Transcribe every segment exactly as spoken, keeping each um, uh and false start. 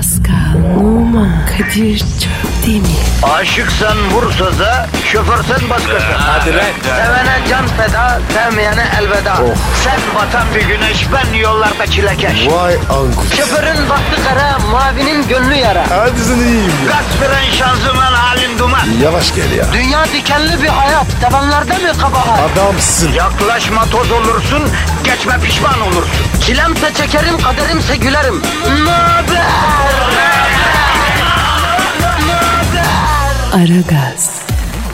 Pascal, Oman, Kadir çok değil mi? Aşıksan vursa da, şoförsen başkasın. Hadi lan. Sevene can feda, sevmeyene elveda. Oh. Sen batan bir güneş, ben yollarda çilekeş. Vay anku. Şoförün baktı kara, mavinin gönlü yara. Hadi sen iyiyim ya. Kasperen şanzıman halin duman. Yavaş gel ya. Dünya dikenli bir hayat, sevenlerde mi kabahar? Adamsın. Yaklaşma toz olursun, geçme pişman olursun. Çilemse çekerim, kaderimse gülerim. Möber! Aragaz.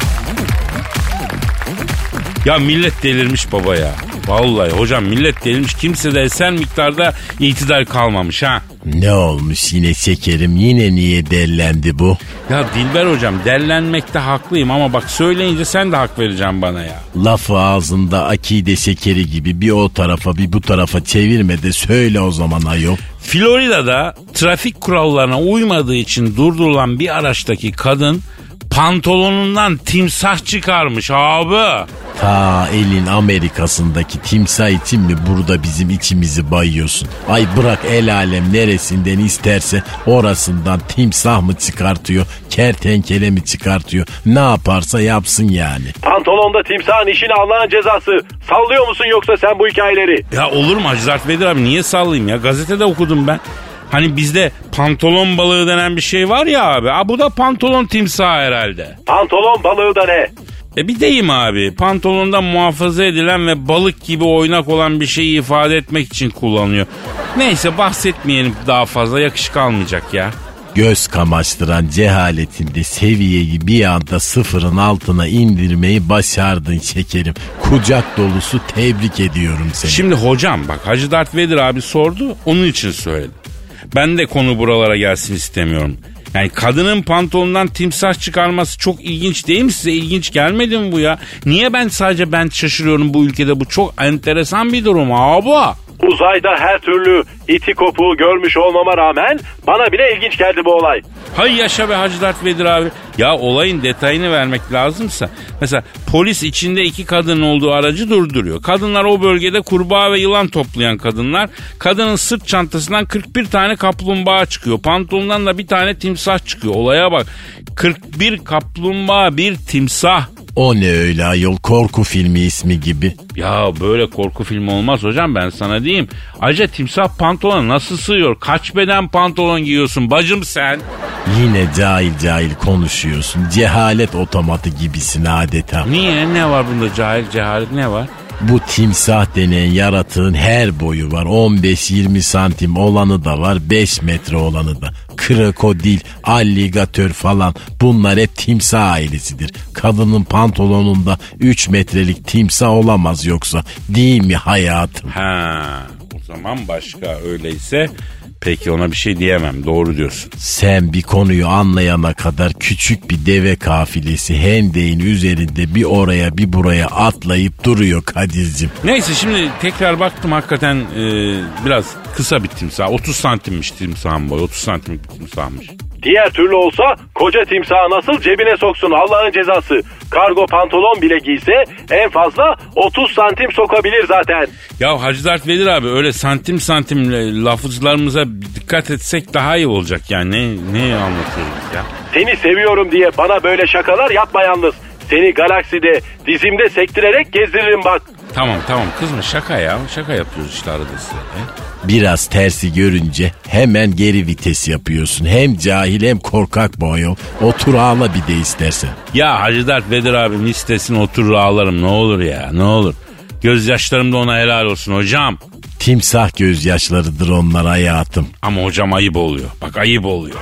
Ya millet delirmiş baba ya. Vallahi hocam millet delirmiş. Kimse de eser miktarda itidal kalmamış ha. Ne olmuş yine şekerim, yine niye dellendi bu? Ya Dilber hocam dellenmekte haklıyım ama bak söyleyince sen de hak vereceksin bana ya. Lafı ağzında akide şekeri gibi bir o tarafa bir bu tarafa çevirme de söyle o zaman ayol. Florida'da trafik kurallarına uymadığı için durdurulan bir araçtaki kadın pantolonundan timsah çıkarmış abi. Ta elin Amerika'sındaki timsah için mi burada bizim içimizi bayıyorsun? Ay bırak el alem neresinden isterse orasından timsah mı çıkartıyor, kertenkele mi çıkartıyor, ne yaparsa yapsın yani. Pantolonda timsahın işini Allah'ın cezası. Sallıyor musun yoksa sen bu hikayeleri? Ya olur mu Hacı Zart Vedir abi, niye sallayayım ya, gazetede okudum ben. Hani bizde pantolon balığı denen bir şey var ya abi. Ha bu da pantolon timsahı herhalde. Pantolon balığı da ne? E bir deyim abi. Pantolonda muhafaza edilen ve balık gibi oynak olan bir şeyi ifade etmek için kullanılıyor. Neyse bahsetmeyelim daha fazla, yakışık almayacak ya. Göz kamaştıran cehaletinde seviyeyi bir anda sıfırın altına indirmeyi başardın şekerim. Kucak dolusu tebrik ediyorum seni. Şimdi hocam bak Hacı Dert Vedir abi sordu, onun için söyledim. Ben de konu buralara gelsin istemiyorum. Yani kadının pantolonundan timsah çıkarması çok ilginç değil mi size? İlginç gelmedi mi bu ya? Niye ben sadece ben şaşırıyorum bu ülkede? Bu çok enteresan bir durum abi. Uzayda her türlü iti kopuğu görmüş olmama rağmen bana bile ilginç geldi bu olay. Hay yaşa be Hacı Dert Vedir abi. Ya olayın detayını vermek lazımsa. Mesela polis içinde iki kadın olduğu aracı durduruyor. Kadınlar o bölgede kurbağa ve yılan toplayan kadınlar. Kadının sırt çantasından kırk bir tane kaplumbağa çıkıyor. Pantolonundan da bir tane timsah çıkıyor. Olaya bak. kırk bir kaplumbağa bir timsah. O ne öyle ayol, korku filmi ismi gibi. Ya böyle korku filmi olmaz hocam, ben sana diyeyim. Ayrıca timsah pantolona nasıl sığıyor? Kaç beden pantolon giyiyorsun bacım sen? Yine cahil cahil konuşuyorsun. Cehalet otomatı gibisin adeta. Niye? Ne var bunda cahil cehalet ne var? Bu timsah denen yaratığın her boyu var. on beş yirmi santim olanı da var, beş metre olanı da. Krokodil, alligatör falan, bunlar hep timsah ailesidir. Kadının pantolonunda üç metrelik timsah olamaz yoksa. Değil mi hayatım? Ha, o zaman başka, öyleyse peki ona bir şey diyemem, doğru diyorsun. Sen bir konuyu anlayana kadar küçük bir deve kafilesi hendeğin üzerinde bir oraya bir buraya atlayıp duruyor Kadir'cim. Neyse şimdi tekrar baktım, hakikaten e, biraz kısa bir timsah. otuz santimmiş timsahın boyu, otuz santimlik bir timsahmış. Diğer türlü olsa koca timsahı nasıl cebine soksun Allah'ın cezası. Kargo pantolon bile giyse en fazla otuz santim sokabilir zaten. Ya Hacı Dert Vedir abi, öyle santim santim lafızlarımıza dikkat etsek daha iyi olacak yani. Ne, ne anlatıyoruz ya? Seni seviyorum diye bana böyle şakalar yapma yalnız. Seni galakside dizimde sektirerek gezdiririm bak. Tamam tamam kızma, şaka ya, şaka yapıyoruz işte arada size. He? Biraz tersi görünce hemen geri vites yapıyorsun. Hem cahil hem korkak bu ayol. Otur ağla bir de istersen. Ya Hacı Dert Vedir abim istesin oturur ağlarım, ne olur ya, ne olur. Gözyaşlarım da ona helal olsun hocam. Timsah gözyaşlarıdır onlar hayatım. Ama hocam ayıp oluyor. Bak ayıp oluyor.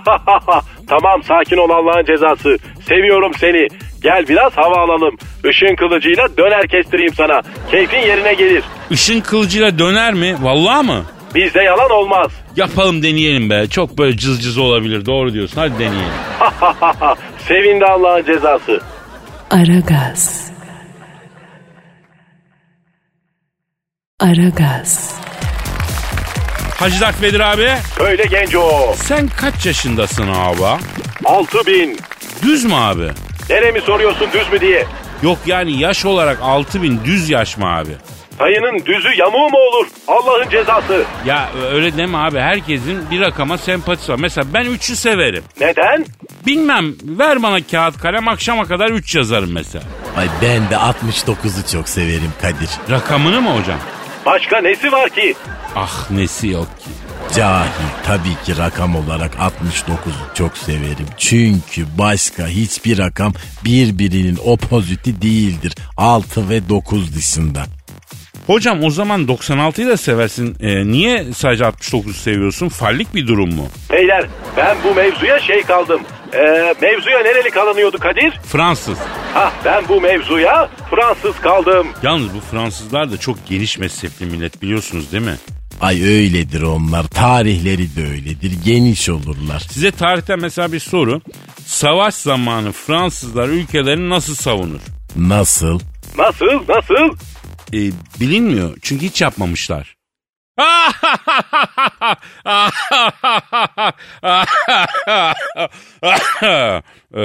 Tamam sakin ol Allah'ın cezası. Seviyorum seni. Gel biraz hava alalım. Işın kılıcıyla döner kestireyim sana. Keyfin yerine gelir. Işın kılıcıyla döner mi? Vallahi mı? Bizde yalan olmaz. Yapalım, deneyelim be. Çok böyle cız cız olabilir. Doğru diyorsun. Hadi deneyelim. Sevindi Allah'ın cezası. Aragaz. Aragaz. Hacı Dert Vedir abi. Öyle genco. Sen kaç yaşındasın abi? Altı bin. Düz mü abi? Neremi soruyorsun düz mü diye? Yok yani yaş olarak altı bin düz yaş mı abi? Sayının düzü yamuğu mu olur? Allah'ın cezası. Ya öyle deme abi, herkesin bir rakama sempatisi var. Mesela ben üçü severim. Neden? Bilmem, ver bana kağıt kalem, akşama kadar üç yazarım mesela. Ay ben de altmış dokuzu çok severim Kadir. Rakamını mı hocam? Başka nesi var ki? Ah nesi yok ki. Cahil, tabii ki rakam olarak altmış dokuzu çok severim. Çünkü başka hiçbir rakam birbirinin opoziti değildir. altı ve dokuz dışında. Hocam o zaman doksan altıyı da seversin. Ee, niye sadece altmış dokuzu seviyorsun? Fallik bir durum mu? Beyler ben bu mevzuya şey kaldım. Ee, mevzuya nereli kalınıyordu Kadir? Fransız. Hah ben bu mevzuya Fransız kaldım. Yalnız bu Fransızlar da çok geniş mezhepli millet, biliyorsunuz değil mi? Ay öyledir onlar. Tarihleri de öyledir. Geniş olurlar. Size tarihten mesela bir soru. Savaş zamanı Fransızlar ülkelerini nasıl savunur? Nasıl? Nasıl nasıl? Ee, bilinmiyor çünkü hiç yapmamışlar. ee,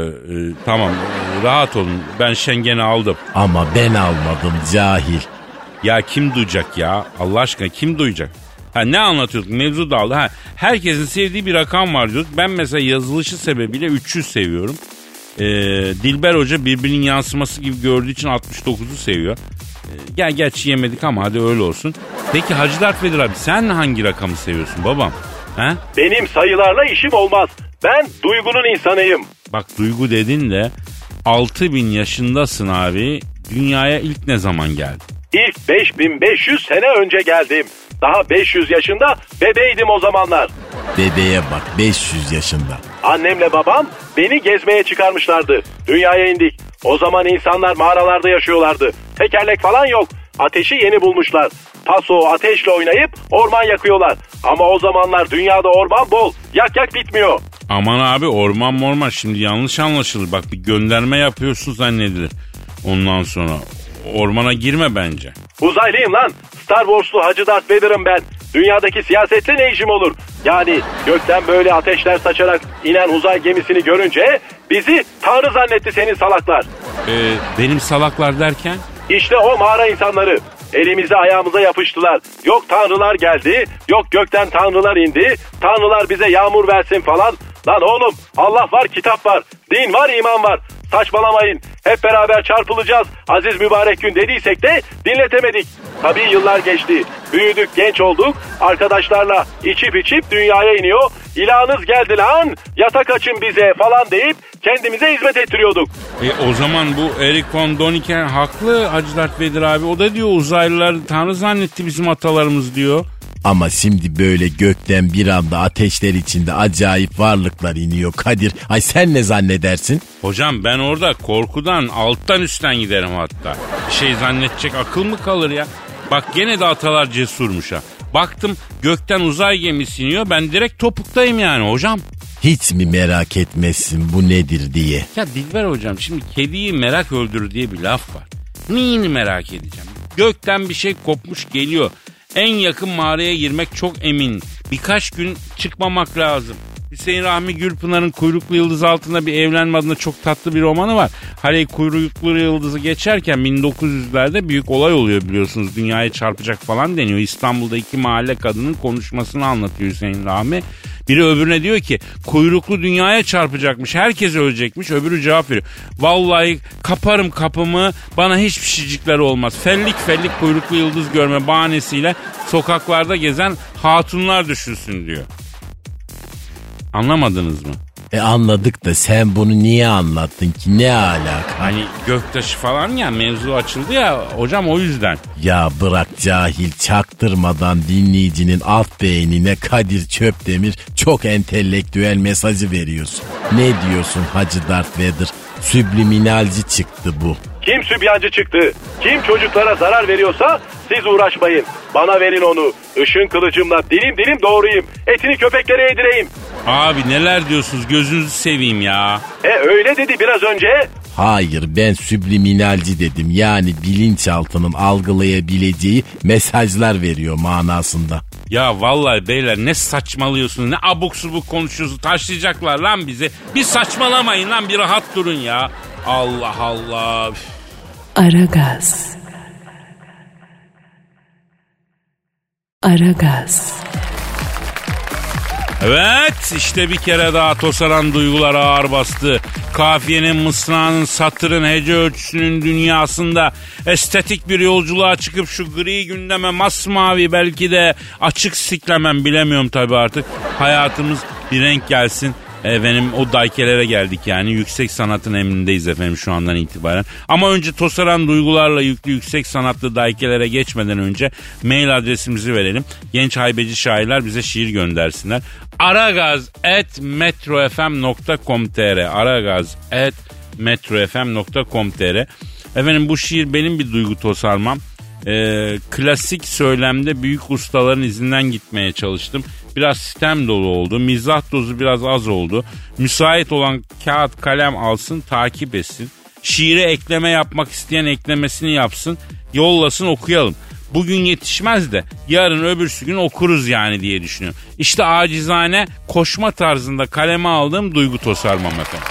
e, tamam rahat olun, ben Schengen'i aldım. Ama ben almadım cahil. Ya kim duyacak ya? Allah aşkına kim duyacak? Ha ne anlatıyorduk? Mevzu dağıldı. Ha, herkesin sevdiği bir rakam var diyorduk. Ben mesela yazılışı sebebiyle üç yüz seviyorum. Ee, Dilber Hoca birbirinin yansıması gibi gördüğü için altmış dokuzu seviyor. Ee, gel gerçi yemedik ama hadi öyle olsun. Peki Hacı Dert Vedir abi, sen hangi rakamı seviyorsun babam? Ha? Benim sayılarla işim olmaz. Ben duygunun insanıyım. Bak duygu dedin de altı bin yaşındasın abi. Dünyaya ilk ne zaman geldin? İlk beş bin beş yüz sene önce geldim. Daha beş yüz yaşında bebeydim o zamanlar. Bebeğe bak, beş yüz yaşında. Annemle babam beni gezmeye çıkarmışlardı. Dünyaya indik. O zaman insanlar mağaralarda yaşıyorlardı. Tekerlek falan yok. Ateşi yeni bulmuşlar. Paso ateşle oynayıp orman yakıyorlar. Ama o zamanlar dünyada orman bol. Yak yak bitmiyor. Aman abi, orman morman şimdi yanlış anlaşılır. Bak bir gönderme yapıyorsun zannedilir. Ondan sonra ormana girme bence. Uzaylıyım lan. Star Wars'lu Hacı Darth Vader'ım ben. Dünyadaki siyasetle ne işim olur? Yani gökten böyle ateşler saçarak inen uzay gemisini görünce bizi tanrı zannetti senin salaklar. Ee, benim salaklar derken? İşte o mağara insanları. Elimize ayağımıza yapıştılar. Yok tanrılar geldi, yok gökten tanrılar indi. Tanrılar bize yağmur versin falan. Lan oğlum Allah var, kitap var, din var, iman var. Saçmalamayın. Hep beraber çarpılacağız. Aziz mübarek gün dediysek de dinletemedik. Tabii yıllar geçti. Büyüdük, genç olduk. Arkadaşlarla içip içip dünyaya iniyor. İlahınız geldi lan. Yatak açın bize falan deyip kendimize hizmet ettiriyorduk. E, o zaman bu Erik von Däniken haklı Hacı Dert Vedir abi. O da diyor uzaylılar tanrı zannetti bizim atalarımız diyor. Ama şimdi böyle gökten bir anda ateşler içinde acayip varlıklar iniyor Kadir. Ay sen ne zannedersin? Hocam ben orada korkudan alttan üstten giderim hatta. Bir şey zannedecek akıl mı kalır ya? Bak gene de atalar cesurmuş ha. Baktım gökten uzay gemisi iniyor, ben direkt topuktayım yani hocam. Hiç mi merak etmezsin bu nedir diye? Ya Dilber hocam, şimdi kediyi merak öldürür diye bir laf var. Neyini merak edeceğim? Gökten bir şey kopmuş geliyor. En yakın mağaraya girmek çok emin. Birkaç gün çıkmamak lazım. Hüseyin Rahmi Gülpınar'ın Kuyruklu Yıldız Altında Bir Evlenme adında çok tatlı bir romanı var. Hani Kuyruklu Yıldız'ı geçerken bin dokuz yüzlerde büyük olay oluyor biliyorsunuz. Dünyaya çarpacak falan deniyor. İstanbul'da iki mahalle kadının konuşmasını anlatıyor Hüseyin Rahmi. Biri öbürüne diyor ki kuyruklu dünyaya çarpacakmış, herkes ölecekmiş. Öbürü cevap veriyor. Vallahi kaparım kapımı, bana hiçbir şeycikler olmaz. Fellik fellik kuyruklu yıldız görme bahanesiyle sokaklarda gezen hatunlar düşünsün diyor. Anlamadınız mı? E anladık da sen bunu niye anlattın ki, ne alaka? Hani göktaşı falan ya, mevzu açıldı ya hocam, o yüzden. Ya bırak cahil, çaktırmadan dinleyicinin alt beynine Kadir Çöpdemir çok entelektüel mesajı veriyorsun. Ne diyorsun Hacı Darth Vader? Sübliminalci çıktı bu. Kim sübyancı çıktı? Kim çocuklara zarar veriyorsa siz uğraşmayın. Bana verin onu. Işın kılıcımla dilim dilim doğrayayım. Etini köpeklere yedireyim. Abi neler diyorsunuz, gözünüzü seveyim ya. E öyle dedi biraz önce. Hayır, ben sübliminalci dedim. Yani bilinçaltının algılayabileceği mesajlar veriyor manasında. Ya vallahi beyler ne saçmalıyorsunuz, ne abuk subuk konuşuyorsunuz, taşlayacaklar lan bizi. Bir saçmalamayın lan, bir rahat durun ya. Allah Allah. Aragaz. Aragaz. Evet, işte bir kere daha tosaran duygular ağır bastı. Kafiyenin, mısranın, satırın, hece ölçüsünün dünyasında estetik bir yolculuğa çıkıp şu gri gündeme masmavi, belki de açık siklemem bilemiyorum tabii artık. Hayatımız bir renk gelsin. Efendim o daykelere geldik yani. Yüksek sanatın emrindeyiz efendim şu andan itibaren. Ama önce tosaran duygularla yüklü yüksek sanatlı daykelere geçmeden önce mail adresimizi verelim. Genç haybeci şairler bize şiir göndersinler. aragaz at metrofm nokta com nokta tr aragaz at metrofm nokta com nokta tr. Efendim bu şiir benim bir duygu tosarmam. Ee, klasik söylemde büyük ustaların izinden gitmeye çalıştım. Biraz sitem dolu oldu. Mizah dozu biraz az oldu. Müsait olan kağıt kalem alsın, takip etsin. Şiire ekleme yapmak isteyen eklemesini yapsın. Yollasın, okuyalım. Bugün yetişmez de yarın öbürsü gün okuruz yani diye düşünüyorum. İşte acizane koşma tarzında kaleme aldığım duygu tosarmam efendim.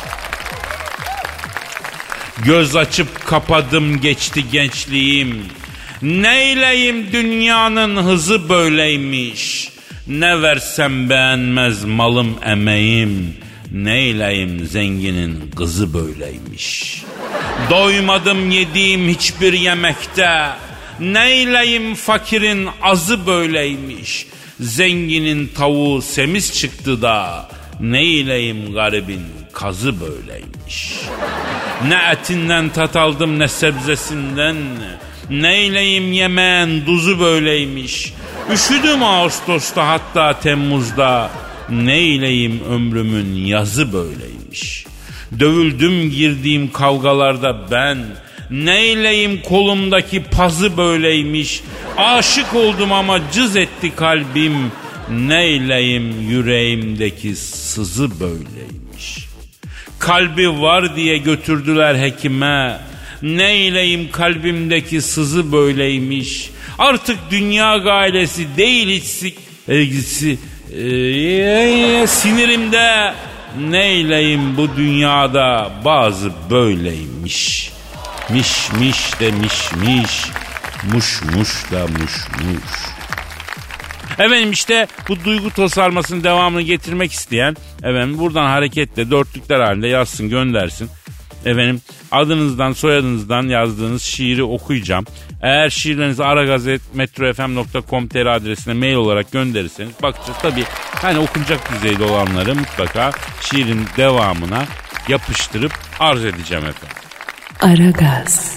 Göz açıp kapadım geçti gençliğim. Neyleyim dünyanın hızı böyleymiş. Ne versem beğenmez malım emeğim. Neyleyim zenginin kızı böyleymiş. Doymadım yediğim hiçbir yemekte. Neyleyim fakirin azı böyleymiş. Zenginin tavuğu semiz çıktı da. Neyleyim garibin kazı böyleymiş. Ne etinden tat aldım ne sebzesinden. Neyleyim yemeğin duzu böyleymiş. Üşüdüm Ağustos'ta hatta Temmuz'da. Neyleyim ömrümün yazı böyleymiş. Dövüldüm girdiğim kavgalarda ben. Neyleyim kolumdaki pazı böyleymiş. Aşık oldum ama cız etti kalbim. Neyleyim yüreğimdeki sızı böyleymiş. Kalbi var diye götürdüler hekime. Neyleyim kalbimdeki sızı böyleymiş. Artık dünya gailesi değil hiç ilgisi e, sinirimde. Neyleyim bu dünyada bazı böyleymiş. Miş miş de miş miş. Muş muş da muş muş. Efendim işte bu duygu tosarmasının devamını getirmek isteyen efendim buradan hareketle dörtlükler halinde yazsın, göndersin. Efendim adınızdan soyadınızdan yazdığınız şiiri okuyacağım. Eğer şiirlerinizi aragaz at metrofm nokta com nokta tr adresine mail olarak gönderirseniz bakacağız. Tabii hani okunacak düzeyde olanları mutlaka şiirin devamına yapıştırıp arz edeceğim efendim. Aragaz.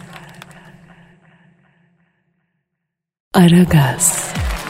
Aragaz.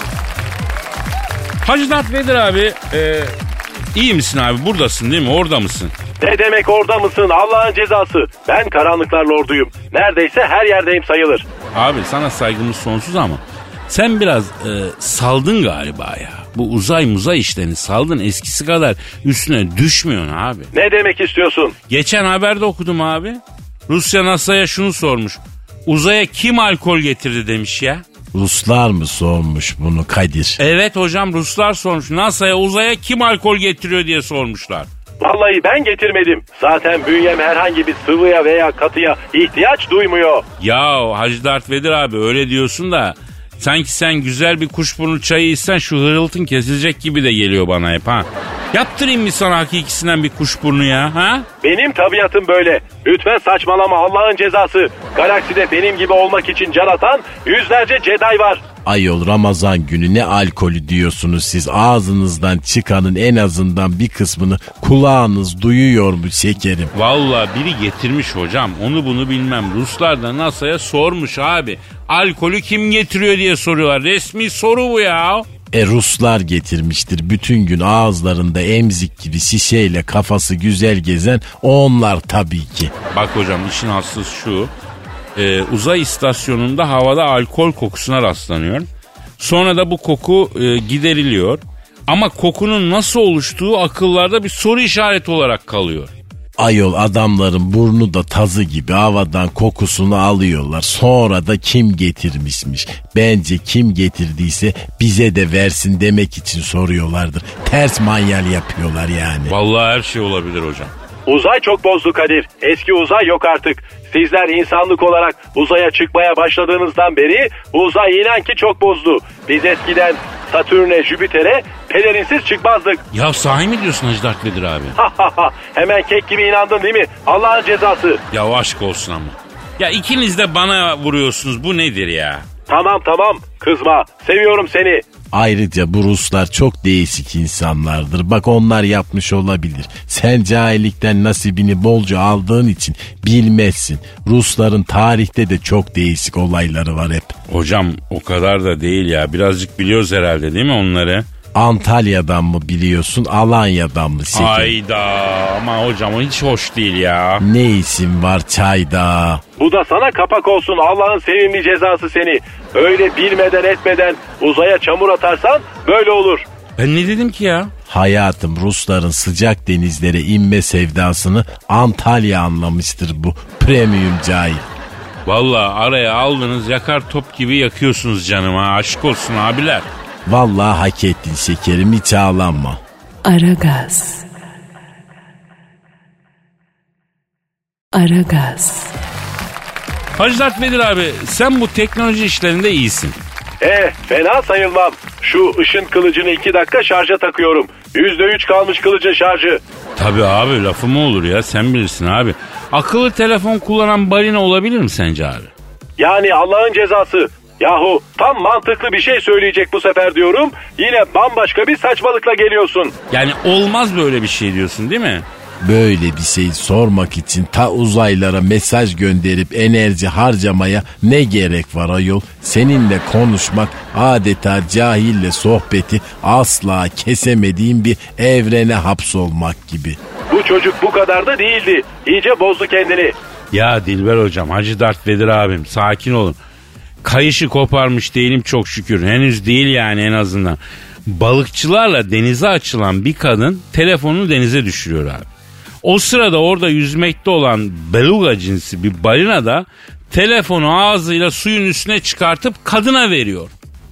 Hacı Dert Vedir abi e, iyi misin abi, buradasın değil mi, orada mısın? Ne demek orada mısın Allah'ın cezası? Ben karanlıklar lorduyum. Neredeyse her yerdeyim sayılır. Abi sana saygımız sonsuz ama sen biraz e, saldın galiba ya. Bu uzay muzay işlerini saldın, eskisi kadar üstüne düşmüyorsun abi. Ne demek istiyorsun? Geçen haberde okudum abi. Rusya NASA'ya şunu sormuş. Uzaya kim alkol getirdi demiş ya. Ruslar mı sormuş bunu Kadir? Evet hocam, Ruslar sormuş. NASA'ya uzaya kim alkol getiriyor diye sormuşlar. Vallahi ben getirmedim. Zaten bünyem herhangi bir sıvıya veya katıya ihtiyaç duymuyor. Ya Hacı Dert Vedir abi öyle diyorsun da sanki sen güzel bir kuşburnu çayı içsen şu hırıltın kesilecek gibi de geliyor bana hep ha. Yaptırayım mı sana hakikisinden bir kuşburnu ya ha? Benim tabiatım böyle. Lütfen saçmalama Allah'ın cezası. Galakside benim gibi olmak için can atan yüzlerce Jedi var. Ayol Ramazan günü ne alkolü diyorsunuz siz? Ağzınızdan çıkanın en azından bir kısmını kulağınız duyuyor mu şekerim? Vallahi biri getirmiş hocam, onu bunu bilmem. Ruslar da NASA'ya sormuş abi. Alkolü kim getiriyor diye soruyorlar. Resmi soru bu ya. E Ruslar getirmiştir. Bütün gün ağızlarında emzik gibi şişeyle kafası güzel gezen onlar tabii ki. Bak hocam işin aslı şu. Ee, uzay istasyonunda havada alkol kokusuna rastlanıyor. Sonra da bu koku e, gideriliyor. Ama kokunun nasıl oluştuğu akıllarda bir soru işareti olarak kalıyor. Ayol adamların burnu da tazı gibi havadan kokusunu alıyorlar. Sonra da kim getirmişmiş? Bence kim getirdiyse bize de versin demek için soruyorlardır. Ters manyal yapıyorlar yani. Vallahi her şey olabilir hocam. Uzay çok bozdu Kadir. Eski uzay yok artık. Sizler insanlık olarak uzaya çıkmaya başladığınızdan beri uzay inan ki çok bozdu. Biz eskiden Satürn'e, Jüpiter'e pelerinsiz çıkmazdık. Ya sahi mi diyorsun Hacı Dert Vedir abi? Hemen kek gibi inandın değil mi? Allah'ın cezası. Ya aşk olsun ama. Ya ikiniz de bana vuruyorsunuz, bu nedir ya? Tamam tamam kızma, seviyorum seni. Ayrıca bu Ruslar çok değişik insanlardır. Bak onlar yapmış olabilir. Sen cahillikten nasibini bolca aldığın için bilmezsin. Rusların tarihte de çok değişik olayları var hep. Hocam o kadar da değil ya. Birazcık biliyoruz herhalde değil mi onları? Antalya'dan mı biliyorsun, Alanya'dan mı şeker? Hayda, ama hocam o hiç hoş değil ya. Ne isim var çayda? Bu da sana kapak olsun, Allah'ın sevimli cezası seni. Öyle bilmeden etmeden uzaya çamur atarsan böyle olur. Ben ne dedim ki ya? Hayatım, Rusların sıcak denizlere inme sevdasını Antalya anlamıştır bu premium cahil. Vallahi araya aldınız, yakar top gibi yakıyorsunuz canıma. Aşk olsun abiler. Vallahi hak ettin şekerim, hiç ağlanma. Aragaz. Aragaz. Hacı Dert Vedir abi, sen bu teknoloji işlerinde iyisin. Eh fena sayılmam. Şu ışın kılıcını iki dakika şarja takıyorum. Yüzde üç kalmış kılıcın şarjı. Tabii abi, lafı mı olur ya, sen bilirsin abi. Akıllı telefon kullanan balina olabilir mi sence abi? Yani Allah'ın cezası. Yahu tam mantıklı bir şey söyleyecek bu sefer diyorum. Yine bambaşka bir saçmalıkla geliyorsun. Yani olmaz böyle bir şey diyorsun değil mi? Böyle bir şey sormak için ta uzaylara mesaj gönderip enerji harcamaya ne gerek var ayol? Seninle konuşmak, adeta cahille sohbeti asla kesemediğin bir evrene hapsolmak gibi. Bu çocuk bu kadar da değildi. İyice bozdu kendini. Ya Dilber hocam, Hacı Dert Vedir abim, sakin olun. Kayışı koparmış değilim çok şükür. Henüz değil yani, en azından. Balıkçılarla denize açılan bir kadın telefonunu denize düşürüyor abi. O sırada orada yüzmekte olan beluga cinsi bir balina da telefonu ağzıyla suyun üstüne çıkartıp kadına veriyor.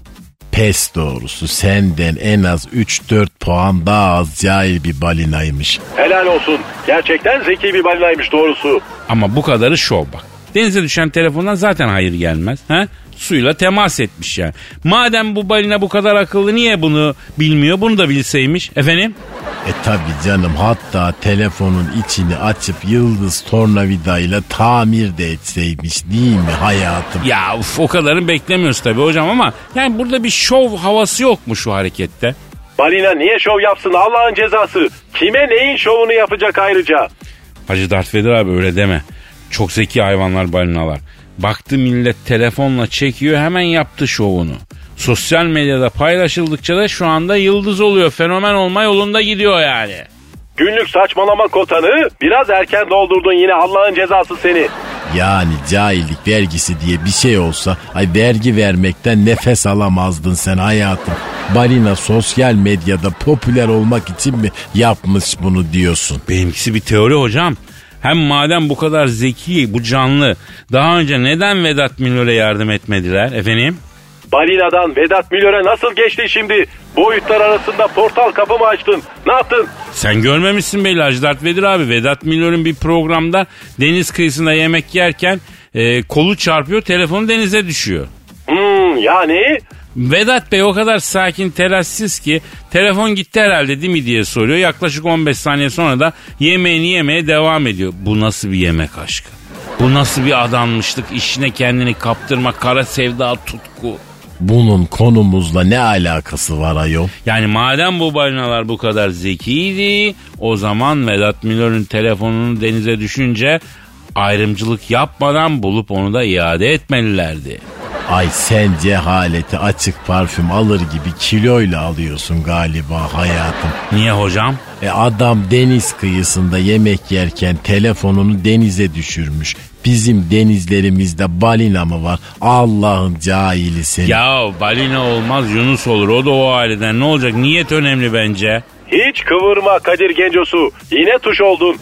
Pes doğrusu senden en az üç dört puan daha az cahil bir balinaymış. Helal olsun. Gerçekten zeki bir balinaymış doğrusu. Ama bu kadarı şov bak. Denize düşen telefondan zaten hayır gelmez. He? Suyla temas etmiş yani. Madem bu balina bu kadar akıllı, niye bunu bilmiyor? Bunu da bilseymiş efendim. E tabi canım, hatta telefonun içini açıp yıldız tornavidayla tamir de etseymiş değil mi hayatım? Ya uf, o kadarını beklemiyoruz tabi hocam, ama yani burada bir şov havası yok mu şu harekette? Balina niye şov yapsın, Allah'ın cezası? Kime neyin şovunu yapacak ayrıca? Hacı Dert Vedir abi öyle deme. Çok zeki hayvanlar balinalar. Baktı millet telefonla çekiyor, hemen yaptı şovunu. Sosyal medyada paylaşıldıkça da şu anda yıldız oluyor. Fenomen olma yolunda gidiyor yani. Günlük saçmalama kotanı biraz erken doldurdun yine, Allah'ın cezası seni. Yani cahillik vergisi diye bir şey olsa ay vergi vermekten nefes alamazdın sen hayatım. Balina sosyal medyada popüler olmak için mi yapmış bunu diyorsun? Benimkisi bir teori hocam. Hem madem bu kadar zeki bu canlı, daha önce neden Vedat Milor'a yardım etmediler efendim? Balina'dan Vedat Milor'a nasıl geçti şimdi? Boyutlar arasında portal kapı mı açtın? Ne yaptın? Sen görmemişsin belli Hacı Dert Vedir abi. Vedat Milor'un bir programda deniz kıyısında yemek yerken e, kolu çarpıyor, telefonu denize düşüyor. Hmm, yani? Vedat Bey o kadar sakin, telaşsız ki telefon gitti herhalde değil mi diye soruyor. Yaklaşık on beş saniye sonra da yemeğini yemeye devam ediyor. Bu nasıl bir yemek aşkı? Bu nasıl bir adanmışlık, işine kendini kaptırma, kara sevda, tutku? Bunun konumuzla ne alakası var ayol? Yani madem bu balinalar bu kadar zekiydi, o zaman Vedat Milor'un telefonunu denize düşünce ayrımcılık yapmadan bulup onu da iade etmelilerdi. Ay sen cehaleti açık parfüm alır gibi kiloyla alıyorsun galiba hayatım. Niye hocam? E adam deniz kıyısında yemek yerken telefonunu denize düşürmüş. Bizim denizlerimizde balina mı var? Allah'ın cahili seni. Ya balina olmaz, Yunus olur. O da o aileden. Ne olacak? Niyet önemli bence. Hiç kıvırma Kadir Gencosu. Yine tuş oldun.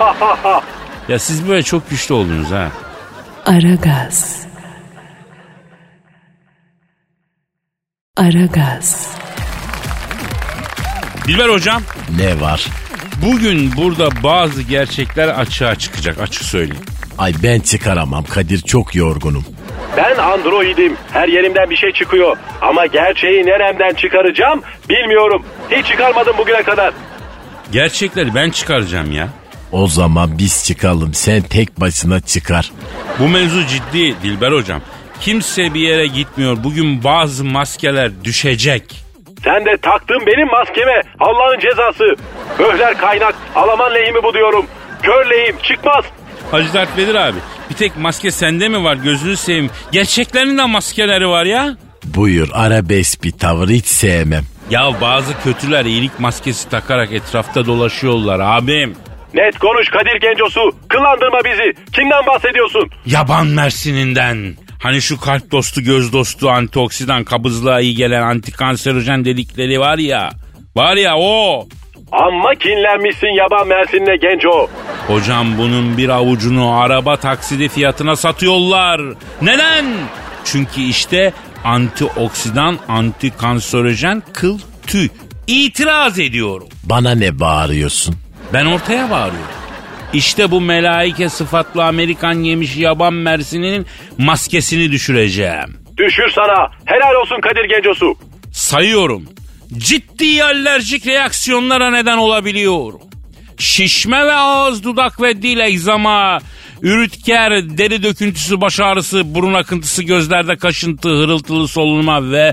Ya siz böyle çok güçlü oldunuz ha. Aragaz. Aragaz. Dilber hocam. Ne var? Bugün burada bazı gerçekler açığa çıkacak, açık söyleyeyim. Ay ben çıkaramam Kadir, çok yorgunum. Ben androidim. Her yerimden bir şey çıkıyor. Ama gerçeği neremden çıkaracağım bilmiyorum. Hiç çıkarmadım bugüne kadar. Gerçekleri ben çıkaracağım ya. O zaman biz çıkalım, sen tek başına çıkar. Bu mevzu ciddi Dilber hocam. Kimse bir yere gitmiyor. Bugün bazı maskeler düşecek. Sen de taktın benim maskeme. Allah'ın cezası. Böhler kaynak. Alaman lehimi bu diyorum. Kör lehim çıkmaz. Hacı Dert Vedir abi, bir tek maske sende mi var, gözünü seveyim. Gerçeklerinin de maskeleri var ya. Buyur, arabesk bir tavır, hiç sevmem. Ya bazı kötüler iyilik maskesi takarak etrafta dolaşıyorlar abim. Net konuş Kadir Gencosu. Kıllandırma bizi. Kimden bahsediyorsun? Yaban mersininden. Hani şu kalp dostu, göz dostu, antioksidan, kabızlığa iyi gelen antikanserojen dedikleri var ya. Var ya o. Amma kinlenmişsin yaban mersinine Genco. Hocam bunun bir avucunu araba taksidi fiyatına satıyorlar. Neden? Çünkü işte antioksidan, antikanserojen, kıl tüy. İtiraz ediyorum. Bana ne bağırıyorsun? Ben ortaya bağırıyorum. İşte bu melaike sıfatlı Amerikan yemiş yaban mersininin maskesini düşüreceğim. Düşür sana. Helal olsun Kadir Gencosu. Sayıyorum. Ciddi alerjik reaksiyonlara neden olabiliyor. Şişme ve ağız, dudak ve dil egzama, ürütker, deri döküntüsü, baş ağrısı, burun akıntısı, gözlerde kaşıntı, hırıltılı solunma ve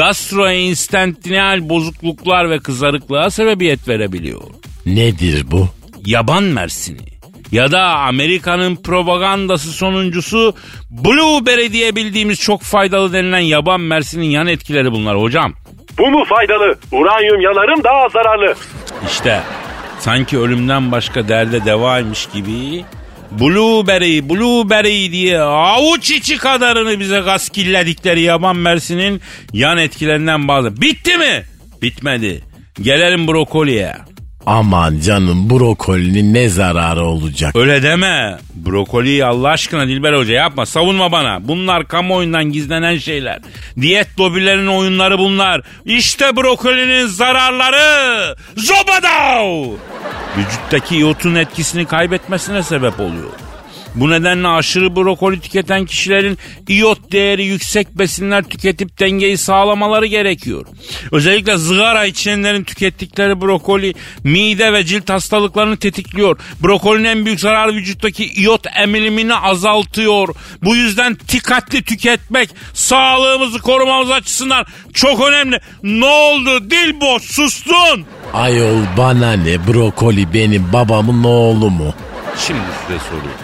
gastrointestinal bozukluklar ve kızarıklığa sebebiyet verebiliyor. Nedir bu? Yaban mersini ya da Amerika'nın propagandası sonuncusu blueberry diye bildiğimiz çok faydalı denilen yaban mersinin yan etkileri bunlar hocam. Bu mu faydalı? Uranyum yanarım daha zararlı. İşte sanki ölümden başka derde devaymış gibi blueberry, blueberry diye avuç içi kadarını bize gaskilledikleri yaban mersinin yan etkilerinden bazı. Bitti mi? Bitmedi. Gelelim brokoliye. Aman canım, brokolinin ne zararı olacak? Öyle deme. Brokoliyi Allah aşkına Dilber Hoca yapma. Savunma bana. Bunlar kamuoyundan gizlenen şeyler. Diyet lobilerinin oyunları bunlar. İşte brokolinin zararları. Zobadav! Vücuttaki iyotun etkisini kaybetmesine sebep oluyor. Bu nedenle aşırı brokoli tüketen kişilerin iyot değeri yüksek besinler tüketip dengeyi sağlamaları gerekiyor. Özellikle sigara içenlerin tükettikleri brokoli mide ve cilt hastalıklarını tetikliyor. Brokolinin en büyük zararı vücuttaki iyot emilimini azaltıyor. Bu yüzden dikkatli tüketmek sağlığımızı korumamız açısından çok önemli. Ne oldu Dilbo, sustun? Ayol bana ne, brokoli benim babamın oğlu mu? Şimdi size soruyorum.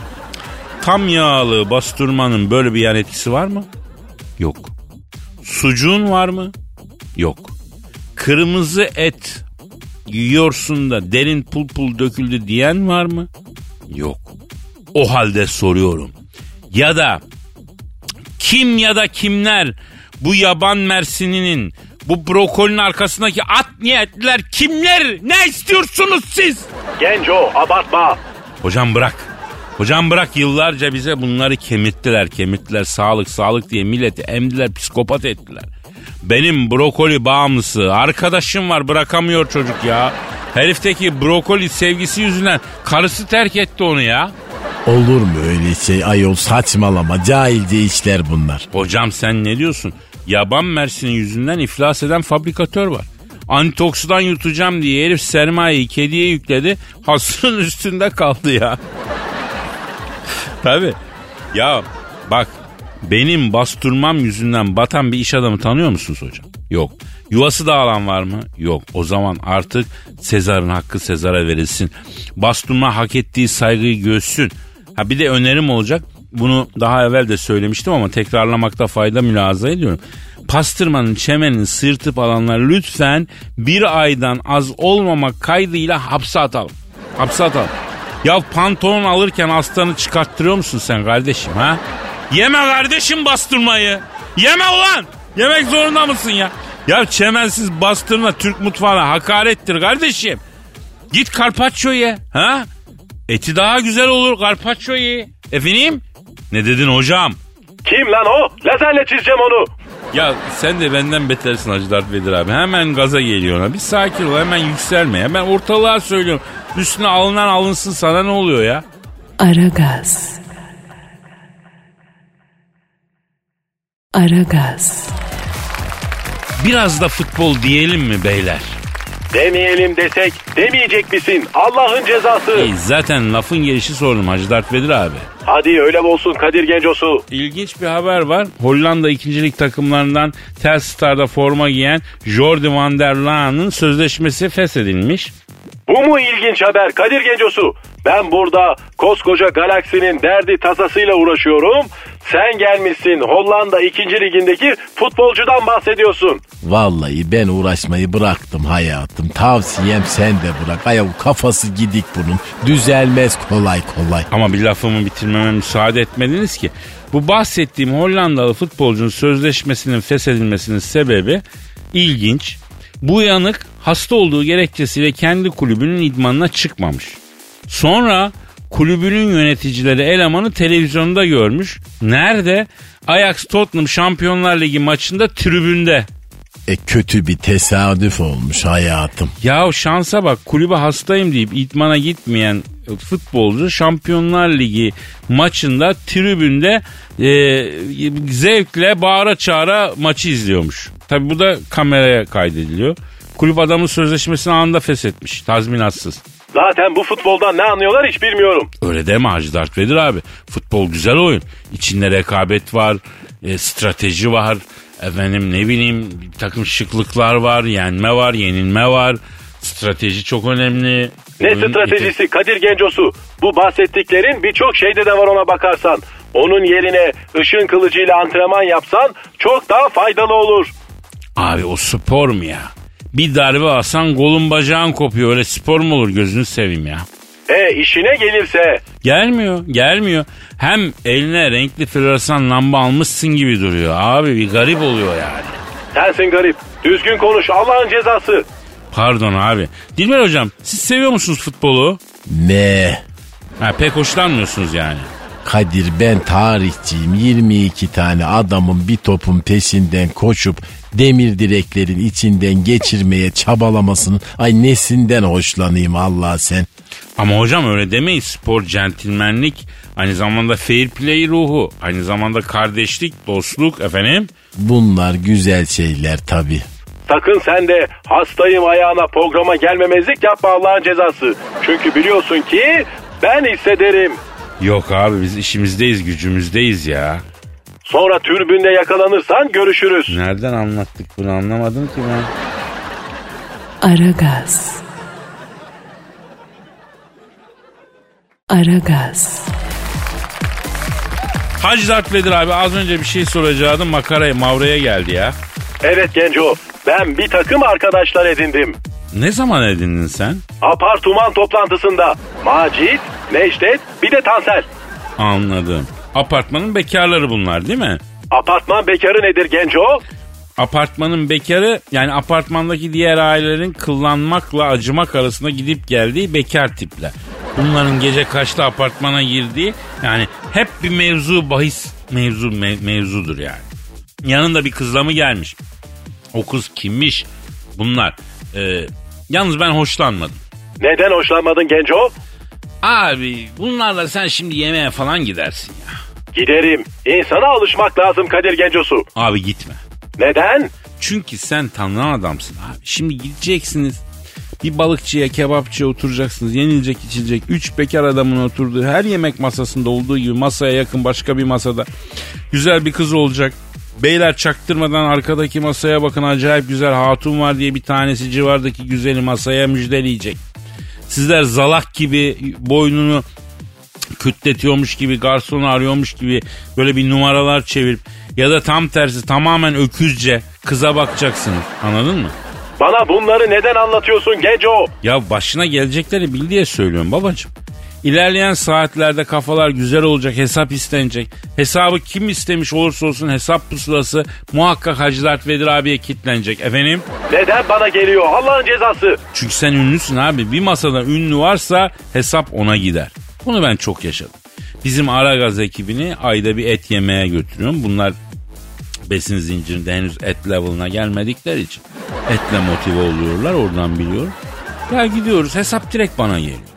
Tam yağlı bastırmanın böyle bir yan etkisi var mı? Yok. Sucuğun var mı? Yok. Kırmızı et yiyorsun da derin pul pul döküldü diyen var mı? Yok. O halde soruyorum. Ya da kim ya da kimler bu yaban mersininin, bu brokolinin arkasındaki at niyetliler kimler? Ne istiyorsunuz siz? Genco abartma. Hocam bırak. Hocam bırak, yıllarca bize bunları kemirttiler kemirttiler sağlık sağlık diye milleti emdiler, psikopat ettiler. Benim brokoli bağımlısı arkadaşım var, bırakamıyor çocuk ya. Herifteki brokoli sevgisi yüzünden karısı terk etti onu ya. Olur mu öyle şey ayol, saçmalama, cahilce işler bunlar. Hocam sen ne diyorsun? Yaban mersini yüzünden iflas eden fabrikatör var. Antioksidan yutacağım diye herif sermayeyi kediye yükledi, hasırın üstünde kaldı ya. Tabii. Ya bak, benim bastırmam yüzünden batan bir iş adamı tanıyor musunuz hocam? Yok. Yuvası dağılan var mı? Yok. O zaman artık Sezar'ın hakkı Sezar'a verilsin. Bastırma hak ettiği saygıyı görsün. Ha bir de önerim olacak. Bunu daha evvel de söylemiştim ama tekrarlamakta fayda mülahaza ediyorum. Pastırmanın çemenini sırtıp alanlar lütfen bir aydan az olmamak kaydıyla hapse atalım. Hapse atalım. Ya pantolon alırken aslanı çıkarttırıyor musun sen kardeşim ha? Yeme kardeşim bastırmayı. Yeme ulan. Yemek zorunda mısın ya? Ya çemensiz bastırma Türk mutfağına hakarettir kardeşim. Git karpaccio ye. Ha? Eti daha güzel olur, karpaccio ye. Efendim? Ne dedin hocam? Kim lan o? Lazerle çizeceğim onu. Ya sen de benden betersin Hacı Dert Vedir abi. Hemen gaza geliyor ona. Bir sakin ol, hemen yükselme. Ben ortalığa söylüyorum. Üstüne alınan alınsın, sana ne oluyor ya? Aragaz. Aragaz. Biraz da futbol diyelim mi beyler? Demeyelim desek demeyecek misin? Allah'ın cezası. E, zaten lafın gelişi sordum Hacı Dert Vedir abi. Hadi öyle olsun Kadir Gencosu. İlginç bir haber var. Hollanda ikincilik takımlarından Telstar'da forma giyen Jordi van der Laan'ın sözleşmesi feshedilmiş. Bu mu ilginç haber Kadir Gencosu? Ben burada koskoca galaksinin derdi tasasıyla uğraşıyorum. Sen gelmişsin Hollanda ikinci ligindeki futbolcudan bahsediyorsun. Vallahi ben uğraşmayı bıraktım hayatım. Tavsiyem sen de bırak. Ayağı kafası gidik bunun. Düzelmez kolay kolay. Ama bir lafımı bitirmeme müsaade etmediniz ki. Bu bahsettiğim Hollandalı futbolcunun sözleşmesinin feshedilmesinin sebebi ilginç. Bu yanık hasta olduğu gerekçesiyle kendi kulübünün idmanına çıkmamış. Sonra kulübünün yöneticileri elemanı televizyonda görmüş. Nerede? Ajax Tottenham Şampiyonlar Ligi maçında tribünde. E kötü bir tesadüf olmuş hayatım. Ya şansa bak, kulübe hastayım deyip idmana gitmeyen futbolcu Şampiyonlar Ligi maçında tribünde e, zevkle bağıra çağıra maçı izliyormuş. Tabi bu da kameraya kaydediliyor. Kulüp adamın sözleşmesini anında feshetmiş, tazminatsız. Zaten bu futboldan ne anlıyorlar hiç bilmiyorum. Öyle deme Hacı Dert Vedir abi. Futbol güzel oyun. İçinde rekabet var, e, strateji var. Efendim ne bileyim bir takım şıklıklar var, yenme var, yenilme var. Strateji çok önemli. Ne Oyun stratejisi Kadir Gencosu? Bu bahsettiklerin birçok şeyde de var ona bakarsan. Onun yerine ışın kılıcıyla antrenman yapsan çok daha faydalı olur. Abi o spor mu ya? Bir darbe alsan kolun bacağın kopuyor. Öyle spor mu olur, gözünü seveyim ya. E işine gelirse? Gelmiyor, gelmiyor. Hem eline renkli floresan lamba almışsın gibi duruyor. Abi bir garip oluyor yani. Sensin garip. Düzgün konuş, Allah'ın cezası. Pardon abi. Dilber hocam, siz seviyor musunuz futbolu? Ne? Ha, pek hoşlanmıyorsunuz yani. Kadir ben tarihçiyim. yirmi iki tane adamın bir topun peşinden koşup demir direklerin içinden geçirmeye çabalamasının ay nesinden hoşlanayım Allah sen. Ama hocam öyle demeyin. Spor, centilmenlik, aynı zamanda fair play ruhu, aynı zamanda kardeşlik, dostluk efendim. Bunlar güzel şeyler tabii. Sakın sen de hastayım ayağına programa gelmemezlik yapma, Allah'ın cezası. Çünkü biliyorsun ki ben hissederim. Yok abi, biz işimizdeyiz, gücümüzdeyiz ya. Sonra tribünde yakalanırsan görüşürüz. Nereden anlattık bunu anlamadım ki ben. Aragaz. Aragaz. Hacı Dert Vedir abi, az önce bir şey soracaktım, makaraya mavraya geldi ya. Evet Genco, ben bir takım arkadaşlar edindim. Ne zaman edindin sen? Apartman toplantısında. Macit, Necdet, bir de Tansel. Anladım. Apartmanın bekarları bunlar değil mi? Apartman bekarı nedir Genco? Apartmanın bekarı, yani apartmandaki diğer ailelerin kıllanmakla acımak arasında gidip geldiği bekar tipler. Bunların gece kaçta apartmana girdiği, yani hep bir mevzu bahis mevzu me- mevzudur yani. Yanında bir kızla mı gelmiş? O kız kimmiş? Bunlar. Ee, yalnız ben hoşlanmadım. Neden hoşlanmadın Genco? Abi bunlarla sen şimdi yemeğe falan gidersin ya. Giderim. İnsana alışmak lazım Kadir Gencosu. Abi gitme. Neden? Çünkü sen tanınan adamsın abi. Şimdi gideceksiniz, bir balıkçıya, kebapçıya oturacaksınız. Yenilecek, içilecek. Üç bekar adamın oturduğu her yemek masasında olduğu gibi masaya yakın başka bir masada güzel bir kız olacak. Beyler çaktırmadan arkadaki masaya bakın, acayip güzel hatun var diye bir tanesi civardaki güzeli masaya müjdeleyecek. Sizler zalak gibi boynunu kütletiyormuş gibi, garsonu arıyormuş gibi böyle bir numaralar çevirip ya da tam tersi tamamen öküzce kıza bakacaksınız. Anladın mı? Bana bunları neden anlatıyorsun Genco? Ya başına gelecekleri bil diye söylüyorum babacığım. İlerleyen saatlerde kafalar güzel olacak, hesap istenecek. Hesabı kim istemiş olursa olsun hesap pusulası muhakkak Hacı Dert Vedir abiye kilitlenecek efendim. Neden bana geliyor Allah'ın cezası? Çünkü sen ünlüsün abi. Bir masada ünlü varsa hesap ona gider. Bunu ben çok yaşadım. Bizim Aragaz ekibini ayda bir et yemeye götürüyorum. Bunlar besin zincirinde henüz et level'ına gelmedikleri için etle motive oluyorlar, oradan biliyorum. Ya gidiyoruz, hesap direkt bana geliyor.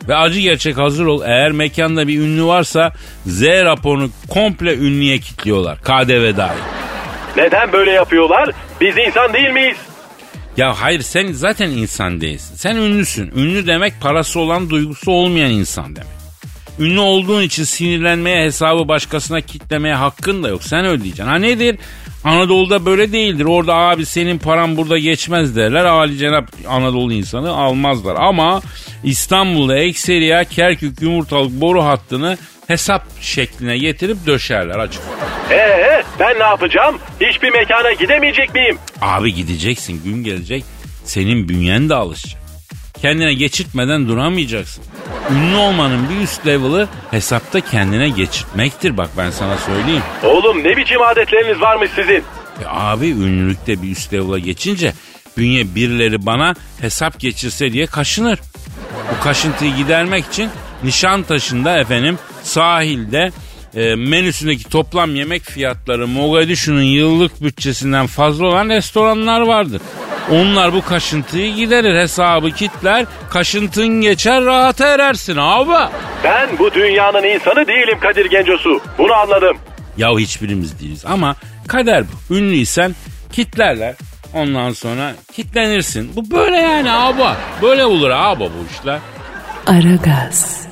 Ve acı gerçek hazır ol. Eğer mekanda bir ünlü varsa Z raporunu komple ünlüye kilitliyorlar. K D V dahil. Neden böyle yapıyorlar? Biz insan değil miyiz? Ya hayır, sen zaten insan değilsin. Sen ünlüsün. Ünlü demek parası olan, duygusu olmayan insan demek. Ünlü olduğun için sinirlenmeye, hesabı başkasına kitlemeye hakkın da yok. Sen ödeyeceksin. Ha nedir? Anadolu'da böyle değildir. Orada abi senin paran burada geçmez derler. Âlicenap Anadolu insanı almazlar. Ama İstanbul'da ekseriya Kerkük yumurtalık boru hattını hesap şekline getirip döşerler açık. Ee, ben ne yapacağım? Hiçbir mekana gidemeyecek miyim? Abi gideceksin, gün gelecek. Senin bünyen de alışacak. Kendine geçirtmeden duramayacaksın. Ünlü olmanın bir üst level'ı hesapta kendine geçirtmektir, bak ben sana söyleyeyim. Oğlum ne biçim adetleriniz varmış sizin? E abi ünlülükte bir üst level'a geçince bünye birileri bana hesap geçirse diye kaşınır. Bu kaşıntıyı gidermek için Nişantaşı'nda efendim sahilde e, menüsündeki toplam yemek fiyatları Mogadishu'nun yıllık bütçesinden fazla olan restoranlar vardır. Onlar bu kaşıntıyı giderir, hesabı kitler, kaşıntın geçer, rahata erersin abi. Ben bu dünyanın insanı değilim Kadir Gencosu. Bunu anladım. Yahu hiçbirimiz değiliz ama kader bu. Ünlüysen kitlerler. Ondan sonra kitlenirsin. Bu böyle yani abi. Böyle olur abi bu işler. Aragaz.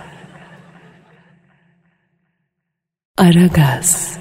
Aragaz.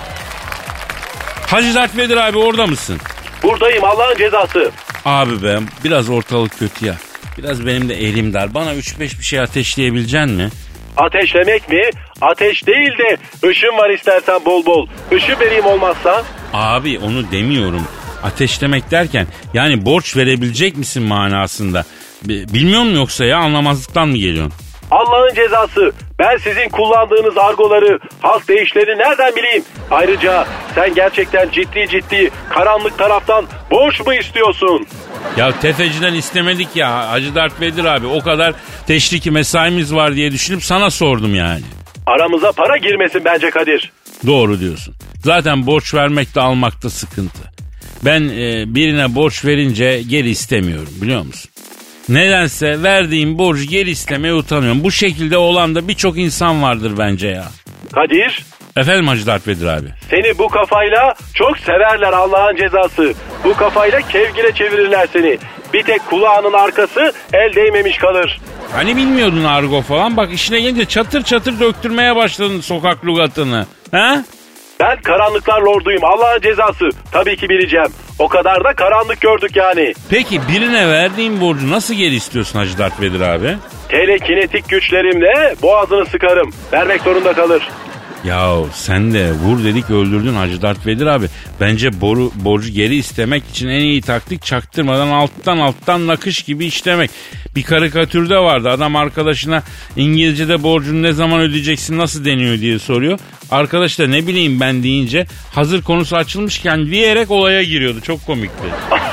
Hacı Dert Vedir abi, orada mısın? Buradayım, Allah'ın cezası. Abi ben biraz ortalık kötü ya. Biraz benim de elim dar. Bana üç beş bir şey ateşleyebilecek mi? Ateşlemek mi? Ateş değil de ışın var istersen bol bol. Işın vereyim olmazsa. Abi onu demiyorum. Ateşlemek derken yani borç verebilecek misin manasında. Bilmiyor musun yoksa ya, anlamazlıktan mı geliyorsun? Allah'ın cezası. Ben sizin kullandığınız argoları, halk deyişleri nereden bileyim? Ayrıca sen gerçekten ciddi ciddi karanlık taraftan borç mu istiyorsun? Ya tefeciden istemedik ya Hacı Dert Vedir abi. O kadar teşriki mesaimiz var diye düşünüp sana sordum yani. Aramıza para girmesin bence Kadir. Doğru diyorsun. Zaten borç vermekte almakta sıkıntı. Ben e, birine borç verince geri istemiyorum, biliyor musun? Nedense verdiğim borcu geri istemeye utanıyorum. Bu şekilde olan da birçok insan vardır bence ya. Kadir. Efendim Hacı Dert Vedir abi. Seni bu kafayla çok severler, Allah'ın cezası. Bu kafayla kevgire çevirirler seni. Bir tek kulağının arkası el değmemiş kalır. Hani bilmiyordun argo falan, bak işine gelince çatır çatır döktürmeye başladın sokak lügatını. Ha? Ben karanlıklar lorduyum, Allah'ın cezası. Tabii ki bileceğim. O kadar da karanlık gördük yani. Peki birine verdiğin borcu nasıl geri istiyorsun Hacı Dert Vedir abi? Telekinetik güçlerimle boğazını sıkarım. Vermek zorunda kalır. Yahu sen de vur dedik öldürdün Hacı Dert Vedir abi. Bence boru, borcu geri istemek için en iyi taktik çaktırmadan alttan alttan nakış gibi işlemek. Bir karikatürde vardı, adam arkadaşına İngilizce'de borcunu ne zaman ödeyeceksin, nasıl deniyor diye soruyor. Arkadaş da ne bileyim ben deyince hazır konusu açılmışken diyerek olaya giriyordu. Çok komikti.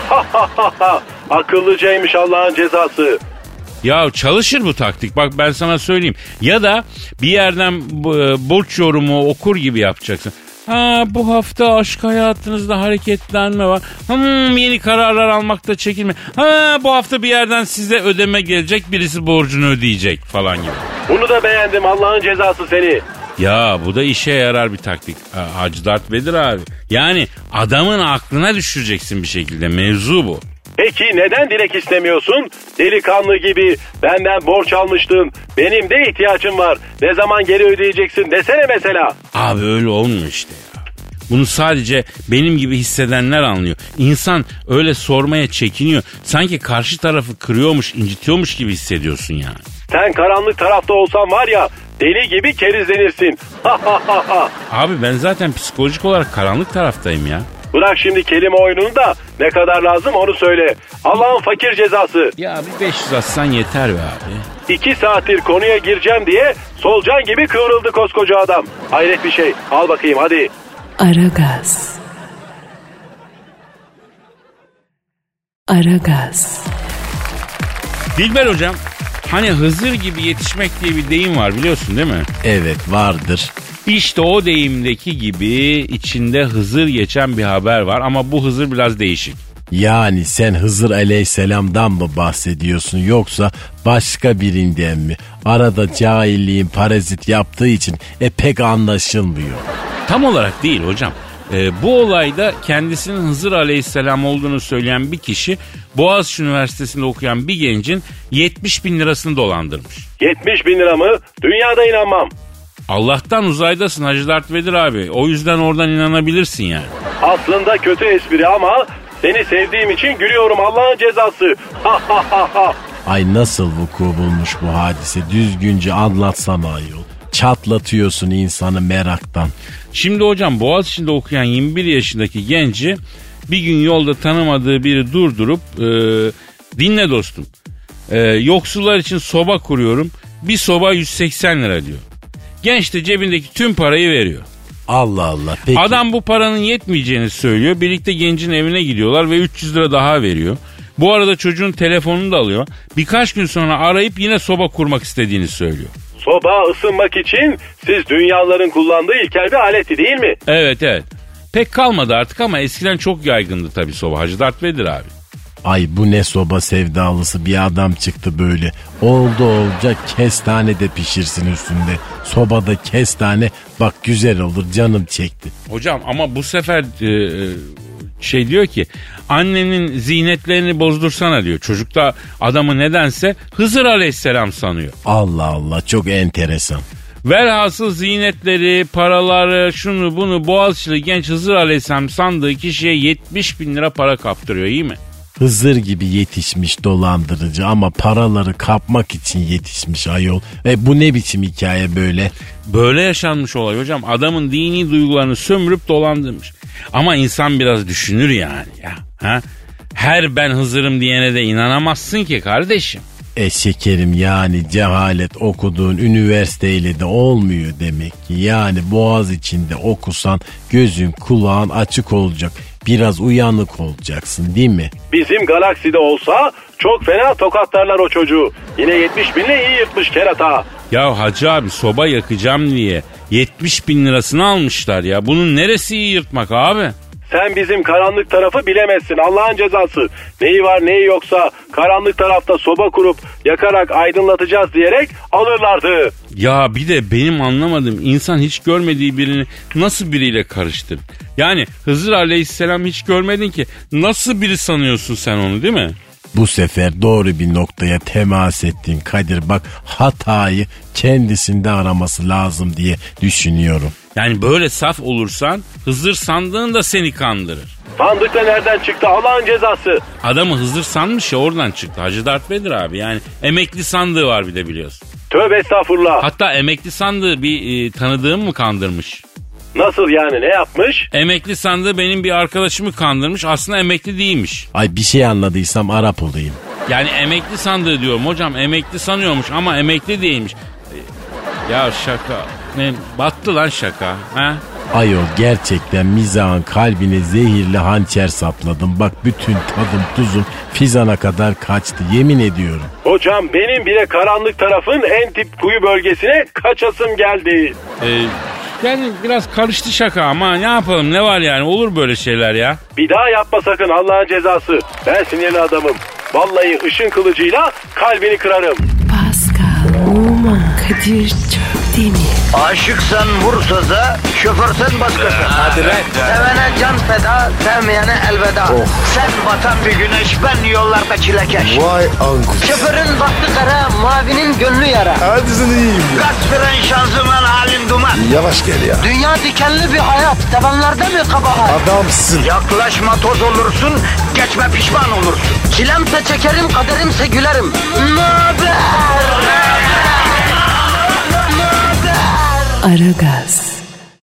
Akıllıcaymış Allah'ın cezası. Ya çalışır bu taktik, bak ben sana söyleyeyim. Ya da bir yerden borç yorumu okur gibi yapacaksın. Ha, bu hafta aşk hayatınızda hareketlenme var. Hmm, yeni kararlar almakta çekinme. Ha, bu hafta bir yerden size ödeme gelecek, birisi borcunu ödeyecek falan gibi. Bunu da beğendim, Allah'ın cezası seni. Ya bu da işe yarar bir taktik Hacı Dert Vedir abi. Yani adamın aklına düşüreceksin bir şekilde, mevzu bu. Peki neden dilek istemiyorsun? Delikanlı gibi benden borç almıştın. Benim de ihtiyacım var. Ne zaman geri ödeyeceksin desene mesela. Abi öyle olmuyor işte ya. Bunu sadece benim gibi hissedenler anlıyor. İnsan öyle sormaya çekiniyor. Sanki karşı tarafı kırıyormuş, incitiyormuş gibi hissediyorsun yani. Sen karanlık tarafta olsan var ya, deli gibi kerizlenirsin. Abi ben zaten psikolojik olarak karanlık taraftayım ya. Bırak şimdi kelime oyununu da ne kadar lazım onu söyle. Allah'ın fakir cezası. Ya bir beş yüz atsan yeter be abi. İki saattir konuya gireceğim diye solucan gibi kıvrıldı koskoca adam. Hayret bir şey. Al bakayım hadi. Aragaz. Aragaz. Dilber hocam, hani Hızır gibi yetişmek diye bir deyim var, biliyorsun değil mi? Evet, vardır. İşte o deyimdeki gibi içinde Hızır geçen bir haber var ama bu Hızır biraz değişik. Yani sen Hızır Aleyhisselam'dan mı bahsediyorsun yoksa başka birinden mi? Arada cahilliğin parazit yaptığı için e pek anlaşılmıyor. Tam olarak değil hocam. Ee, bu olayda kendisinin Hızır Aleyhisselam olduğunu söyleyen bir kişi Boğaziçi Üniversitesi'nde okuyan bir gencin yetmiş bin lirasını dolandırmış. yetmiş bin lira mı? Dünyada inanmam. Allah'tan uzaydasın Hacı Dert Vedir abi. O yüzden oradan inanabilirsin yani. Aslında kötü espri ama seni sevdiğim için gülüyorum, Allah'ın cezası. Ha ha ha ha. Ay nasıl vuku bulmuş bu hadise, düzgünce anlatsana ayol. Çatlatıyorsun insanı meraktan. Şimdi hocam Boğaziçi'nde okuyan yirmi bir yaşındaki genci bir gün yolda tanımadığı biri durdurup e, dinle dostum. E, yoksullar için soba kuruyorum. Bir soba yüz seksen lira diyor. Genç de cebindeki tüm parayı veriyor. Allah Allah. Peki. Adam bu paranın yetmeyeceğini söylüyor. Birlikte gencin evine gidiyorlar ve üç yüz lira daha veriyor. Bu arada çocuğun telefonunu da alıyor. Birkaç gün sonra arayıp yine soba kurmak istediğini söylüyor. Soba ısınmak için siz dünyaların kullandığı ilkel bir aleti değil mi? Evet evet. Pek kalmadı artık ama eskiden çok yaygındı tabii soba. Hacı Dert Vedir abi. Ay bu ne soba sevdalısı bir adam çıktı böyle. Oldu olacak kestane de pişirsin üstünde. Sobada kestane bak güzel olur, canım çekti. Hocam ama bu sefer e, şey diyor ki annenin ziynetlerini bozdursana diyor. Çocuk da adamı nedense Hızır Aleyhisselam sanıyor. Allah Allah, çok enteresan. Velhasıl ziynetleri, paraları, şunu bunu Boğaziçi'li genç Hızır Aleyhisselam sandığı kişiye yetmiş bin lira para kaptırıyor, iyi mi? Hızır gibi yetişmiş dolandırıcı ama paraları kapmak için yetişmiş ayol. E bu ne biçim hikaye böyle? Böyle yaşanmış olay hocam. Adamın dini duygularını sömürüp dolandırmış. Ama insan biraz düşünür yani ya. Ha? Her ben Hızır'ım diyene de inanamazsın ki kardeşim. E şekerim, yani cehalet okuduğun üniversiteyle de olmuyor demek ki. Yani Boğaz içinde okusan gözün kulağın açık olacak. Biraz uyanık olacaksın değil mi? Bizim galakside olsa çok fena tokatlarlar o çocuğu. Yine yetmiş binle iyi yırtmış kerata. Ya hacı abi soba yakacağım diye yetmiş bin lirasını almışlar ya. Bunun neresi iyi yırtmak abi? Sen bizim karanlık tarafı bilemezsin, Allah'ın cezası. Neyi var neyi yoksa karanlık tarafta soba kurup yakarak aydınlatacağız diyerek alırlardı. Ya bir de benim anlamadığım, insan hiç görmediği birini nasıl biriyle karıştırır? Yani Hızır Aleyhisselam hiç görmedin ki nasıl biri sanıyorsun sen onu, değil mi? Bu sefer doğru bir noktaya temas ettin Kadir. Bak, hatayı kendisinde araması lazım diye düşünüyorum. Yani böyle saf olursan Hızır sandığın da seni kandırır. Sandık da nereden çıktı, Allah'ın cezası? Adamı Hızır sanmış ya, oradan çıktı. Hacı Dert Vedir abi, yani emekli sandığı var bir de biliyorsun. Tövbe estağfurullah. Hatta emekli sandığı bir e, tanıdığım mı kandırmış? Nasıl yani, ne yapmış? Emekli sandığı benim bir arkadaşımı kandırmış, aslında emekli değilmiş. Ay bir şey anladıysam Arap olayım. Yani emekli sandığı diyorum hocam, emekli sanıyormuş ama emekli değilmiş. Ya şaka, ne battı lan şaka ha? Ayol gerçekten mizahın kalbine zehirli hançer sapladım. Bak bütün tadım tuzum fizana kadar kaçtı, yemin ediyorum. Hocam benim bile karanlık tarafın en tip kuyu bölgesine kaçasım geldi. Ee, yani biraz karıştı şaka ama ne yapalım, ne var yani, olur böyle şeyler ya. Bir daha yapma sakın, Allah'ın cezası. Ben sinirli adamım. Vallahi ışın kılıcıyla kalbini kırarım. Pascal, Oman, Kadir çok değil mi? Aşıksan vursa da, şoförsen başkasın. Hadi lan. Sevene can feda, sevmeyene elveda. Oh. Sen batan bir güneş, ben yollarda çilekeş. Vay anku. Şoförün baktı kara, mavinin gönlü yara. Hadi sen iyiyim ya. Kasperen şanzıman halin duman. Yavaş gel ya. Dünya dikenli bir hayat, sevenlerde mi kabahar? Adamsın. Yaklaşma toz olursun, geçme pişman olursun. Çilemse çekerim, kaderimse gülerim. Möber! Aragaz.